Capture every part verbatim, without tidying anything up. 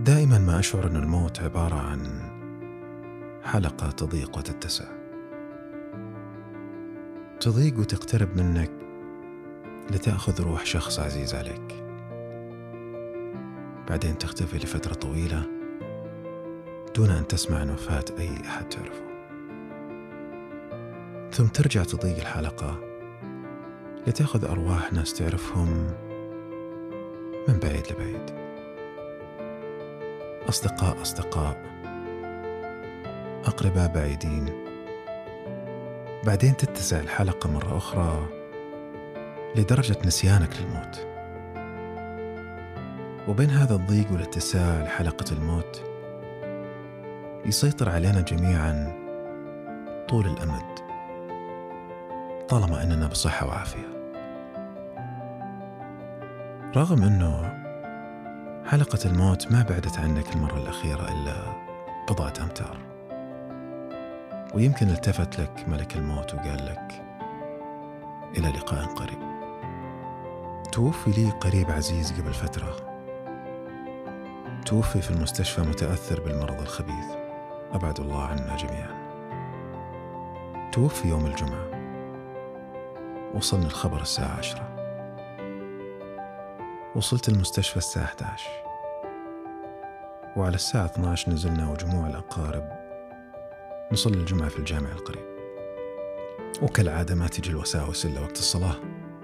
دائما ما أشعر أن الموت عبارة عن حلقة تضيق وتتسع، تضيق وتقترب منك لتأخذ روح شخص عزيز عليك، بعدين تختفي لفترة طويلة دون أن تسمع عن وفاة أي أحد تعرفه، ثم ترجع تضيق الحلقة لتأخذ أرواح ناس تعرفهم من بعيد لبعيد، أصدقاء أصدقاء أقرباء بعيدين. بعدين تتسع الحلقة مرة أخرى لدرجة نسيانك للموت. وبين هذا الضيق والاتساع لحلقة الموت يسيطر علينا جميعا طول الأمد طالما أننا بصحة وعافية، رغم أنه حلقة الموت ما بعدت عنك المرة الأخيرة إلا بضعة أمتار، ويمكن التفت لك ملك الموت وقال لك إلى لقاء قريب. توفي لي قريب عزيز قبل فترة، توفي في المستشفى متأثر بالمرض الخبيث، أبعد الله عنا جميعا. توفي يوم الجمعة، وصلني الخبر الساعة عشرة، وصلت المستشفى الساعة إحدى عشر، وعلى الساعة اثني عشر نزلنا وجموع الأقارب نصلي الجمعة في الجامع القريب. وكالعادة ما تجي الوساوس إلا وقت الصلاة.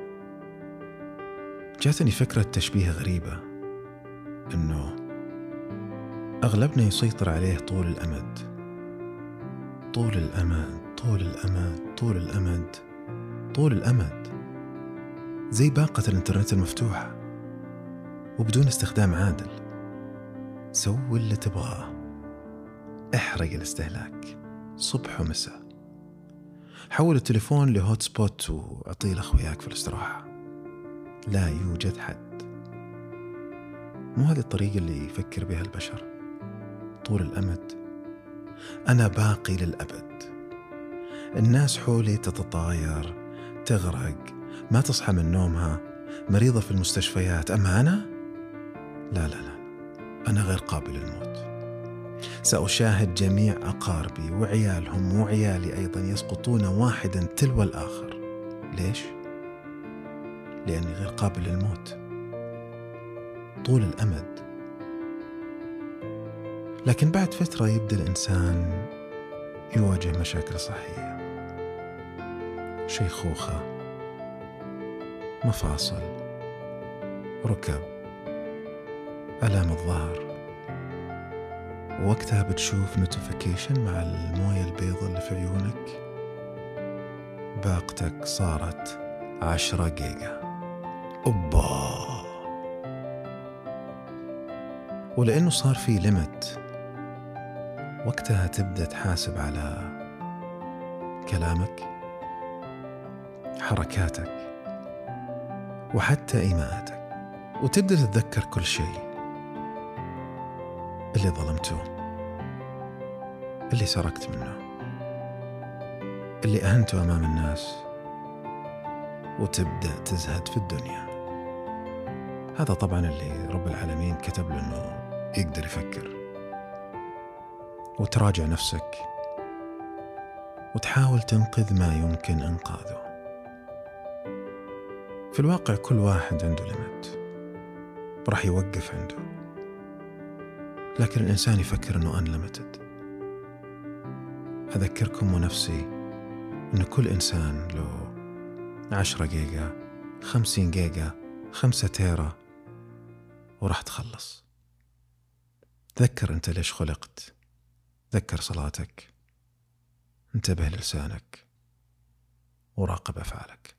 جاتني فكرة تشبيه غريبة، إنه أغلبنا يسيطر عليه طول الأمد، طول الأمد طول الأمد طول الأمد طول الأمد، زي باقة الإنترنت المفتوحة وبدون استخدام عادل. سوي اللي تبغاه، احرق الاستهلاك صبح ومساء، حول التليفون لهوت سبوت وأعطيه لأخوياك في الاستراحة، لا يوجد حد. مو هذه الطريقة اللي يفكر بها البشر؟ طول الأمد، أنا باقي للأبد. الناس حولي تتطاير، تغرق، ما تصحى من نومها، مريضة في المستشفيات، أما أنا لا لا لا، أنا غير قابل للموت. سأشاهد جميع أقاربي وعيالهم وعيالي أيضا يسقطون واحدا تلو الآخر. ليش؟ لأني غير قابل للموت طول الأمد. لكن بعد فترة يبدأ الإنسان يواجه مشاكل صحية، شيخوخة، مفاصل، ركب، آلام الظهر، ووقتها بتشوف نوتيفيكيشن مع الموية البيضة اللي في عيونك، باقتك صارت عشرة جيجا. أوبا! ولأنه صار في ليمت، وقتها تبدأ تحاسب على كلامك، حركاتك، وحتى إيماءاتك، وتبدأ تتذكر كل شيء، اللي ظلمته، اللي سرقت منه، اللي أهنته أمام الناس، وتبدأ تزهد في الدنيا. هذا طبعا اللي رب العالمين كتب له أنه يقدر يفكر، وتراجع نفسك وتحاول تنقذ ما يمكن إنقاذه. في الواقع كل واحد عنده ليمت راح يوقف عنده، لكن الإنسان يفكر أنه unlimited. أذكركم ونفسي أن كل إنسان له عشرة جيجا، خمسين جيجا، خمسة تيرا، وراح تخلص. تذكر أنت ليش خلقت، ذكر صلاتك، انتبه للسانك، وراقب أفعالك.